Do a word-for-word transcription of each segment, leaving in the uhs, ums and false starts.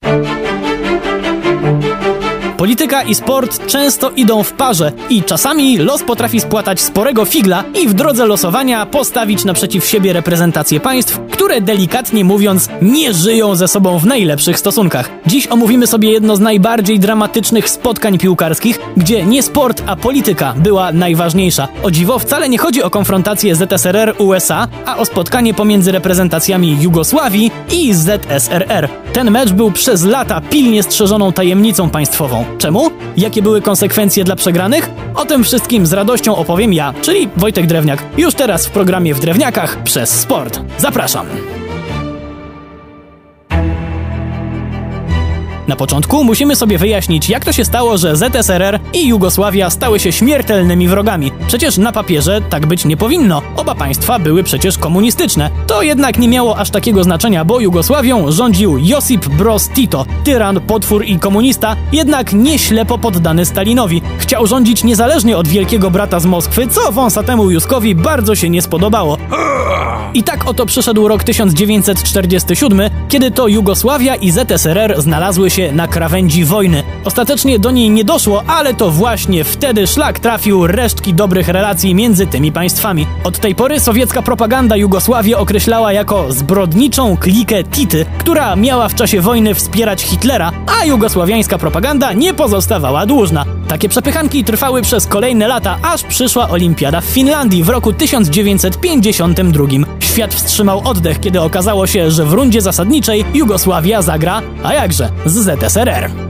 Polityka i sport często idą w parze i czasami los potrafi spłatać sporego figla i w drodze losowania postawić naprzeciw siebie reprezentacje państw, które delikatnie mówiąc nie żyją ze sobą w najlepszych stosunkach. Dziś omówimy sobie jedno z najbardziej dramatycznych spotkań piłkarskich, gdzie nie sport, a polityka była najważniejsza. O dziwo wcale nie chodzi o konfrontację Z S R R U S A, a o spotkanie pomiędzy reprezentacjami Jugosławii i Z S R R. Ten mecz był przez lata pilnie strzeżoną tajemnicą państwową. Czemu? Jakie były konsekwencje dla przegranych? O tym wszystkim z radością opowiem ja, czyli Wojtek Drewniak. Już teraz w programie W Drewniakach przez sport. Zapraszam! Na początku musimy sobie wyjaśnić, jak to się stało, że Z S R R i Jugosławia stały się śmiertelnymi wrogami. Przecież na papierze tak być nie powinno. Oba państwa były przecież komunistyczne. To jednak nie miało aż takiego znaczenia, bo Jugosławią rządził Josip Broz Tito, tyran, potwór i komunista, jednak nie ślepo poddany Stalinowi. Chciał rządzić niezależnie od wielkiego brata z Moskwy, co wąsatemu Józkowi bardzo się nie spodobało. I tak oto przyszedł rok tysiąc dziewięćset czterdziesty siódmy, kiedy to Jugosławia i Z S R R znalazły się na krawędzi wojny. Ostatecznie do niej nie doszło, ale to właśnie wtedy szlak trafił resztki dobrych relacji między tymi państwami. Od tej pory sowiecka propaganda Jugosławię określała jako zbrodniczą klikę Tity, która miała w czasie wojny wspierać Hitlera, a jugosławiańska propaganda nie pozostawała dłużna. Takie przepychanki trwały przez kolejne lata, aż przyszła olimpiada w Finlandii w roku tysiąc dziewięćset pięćdziesiątym drugim. Świat wstrzymał oddech, kiedy okazało się, że w rundzie zasadniczej Jugosławia zagra, a jakże, z Z S R R.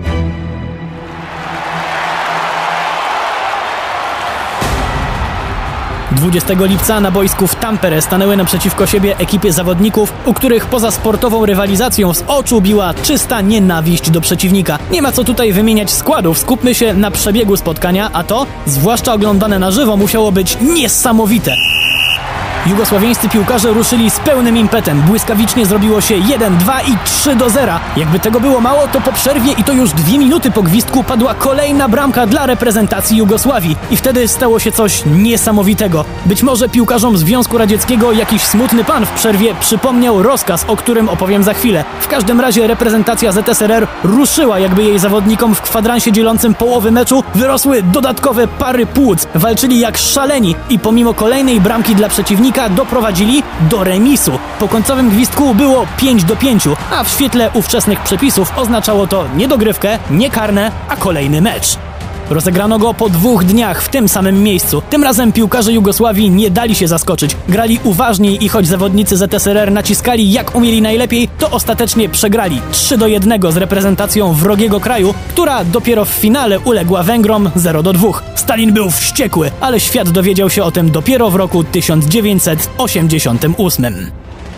dwudziestego lipca na boisku w Tampere stanęły naprzeciwko siebie ekipy zawodników, u których poza sportową rywalizacją z oczu biła czysta nienawiść do przeciwnika. Nie ma co tutaj wymieniać składów, skupmy się na przebiegu spotkania, a to, zwłaszcza oglądane na żywo, musiało być niesamowite. Jugosławiańscy piłkarze ruszyli z pełnym impetem. Błyskawicznie zrobiło się jeden, dwa i trzy do zera. Jakby tego było mało, to po przerwie i to już dwie minuty po gwizdku padła kolejna bramka dla reprezentacji Jugosławii. I wtedy stało się coś niesamowitego. Być może piłkarzom Związku Radzieckiego jakiś smutny pan w przerwie przypomniał rozkaz, o którym opowiem za chwilę. W każdym razie reprezentacja Z S R R ruszyła, jakby jej zawodnikom w kwadransie dzielącym połowy meczu wyrosły dodatkowe pary płuc. Walczyli jak szaleni i pomimo kolejnej bramki dla przeciwnika doprowadzili do remisu. Po końcowym gwizdku było pięć do pięciu, a w świetle ówczesnych przepisów oznaczało to nie dogrywkę, nie karne, a kolejny mecz. Rozegrano go po dwóch dniach w tym samym miejscu. Tym razem piłkarze Jugosławii nie dali się zaskoczyć. Grali uważniej i choć zawodnicy Z S R R naciskali jak umieli najlepiej, to ostatecznie przegrali trzy do jednego z reprezentacją wrogiego kraju, która dopiero w finale uległa Węgrom zero do dwóch. Stalin był wściekły, ale świat dowiedział się o tym dopiero w roku tysiąc dziewięćset osiemdziesiątym ósmym.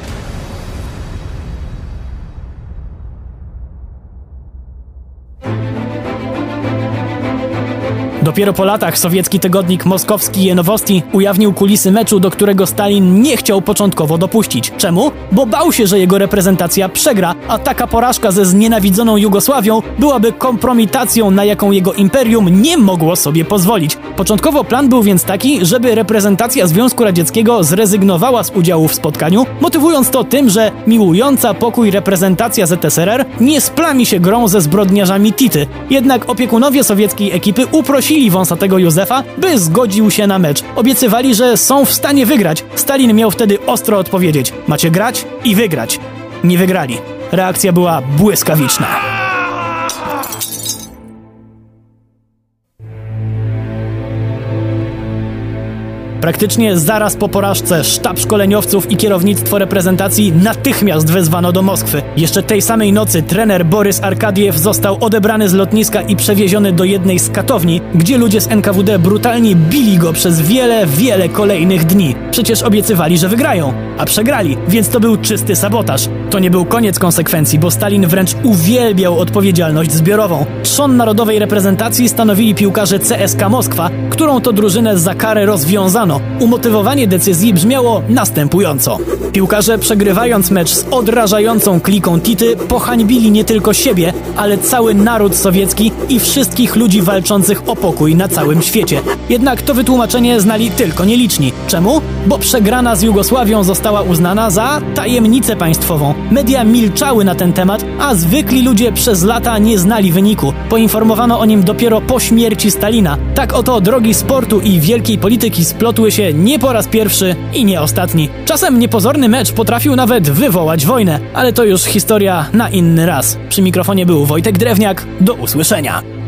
Dopiero po latach sowiecki tygodnik moskowski Jenowosti ujawnił kulisy meczu, do którego Stalin nie chciał początkowo dopuścić. Czemu? Bo bał się, że jego reprezentacja przegra, a taka porażka ze znienawidzoną Jugosławią byłaby kompromitacją, na jaką jego imperium nie mogło sobie pozwolić. Początkowo plan był więc taki, żeby reprezentacja Związku Radzieckiego zrezygnowała z udziału w spotkaniu, motywując to tym, że miłująca pokój reprezentacja Z S R R nie splami się grą ze zbrodniarzami Tity. Jednak opiekunowie sowieckiej ekipy uprosili wąsatego Józefa, by zgodził się na mecz. Obiecywali, że są w stanie wygrać. Stalin miał wtedy ostro odpowiedzieć: macie grać i wygrać. Nie wygrali. Reakcja była błyskawiczna. Praktycznie zaraz po porażce sztab szkoleniowców i kierownictwo reprezentacji natychmiast wezwano do Moskwy. Jeszcze tej samej nocy trener Borys Arkadiew został odebrany z lotniska i przewieziony do jednej z katowni, gdzie ludzie z N K W D brutalnie bili go przez wiele, wiele kolejnych dni. Przecież obiecywali, że wygrają, a przegrali, więc to był czysty sabotaż. To nie był koniec konsekwencji, bo Stalin wręcz uwielbiał odpowiedzialność zbiorową. Trzon narodowej reprezentacji stanowili piłkarze C S K Moskwa, którą to drużynę za karę rozwiązano. Umotywowanie decyzji brzmiało następująco. Piłkarze, przegrywając mecz z odrażającą kliką Tity, pohańbili nie tylko siebie, ale cały naród sowiecki i wszystkich ludzi walczących o pokój na całym świecie. Jednak to wytłumaczenie znali tylko nieliczni. Czemu? Bo przegrana z Jugosławią została uznana za tajemnicę państwową. Media milczały na ten temat, a zwykli ludzie przez lata nie znali wyniku. Poinformowano o nim dopiero po śmierci Stalina. Tak oto drogi sportu i wielkiej polityki splotły się nie po raz pierwszy i nie ostatni. Czasem niepozorny mecz potrafił nawet wywołać wojnę, ale to już historia na inny raz. Przy mikrofonie był Wojtek Drewniak. Do usłyszenia.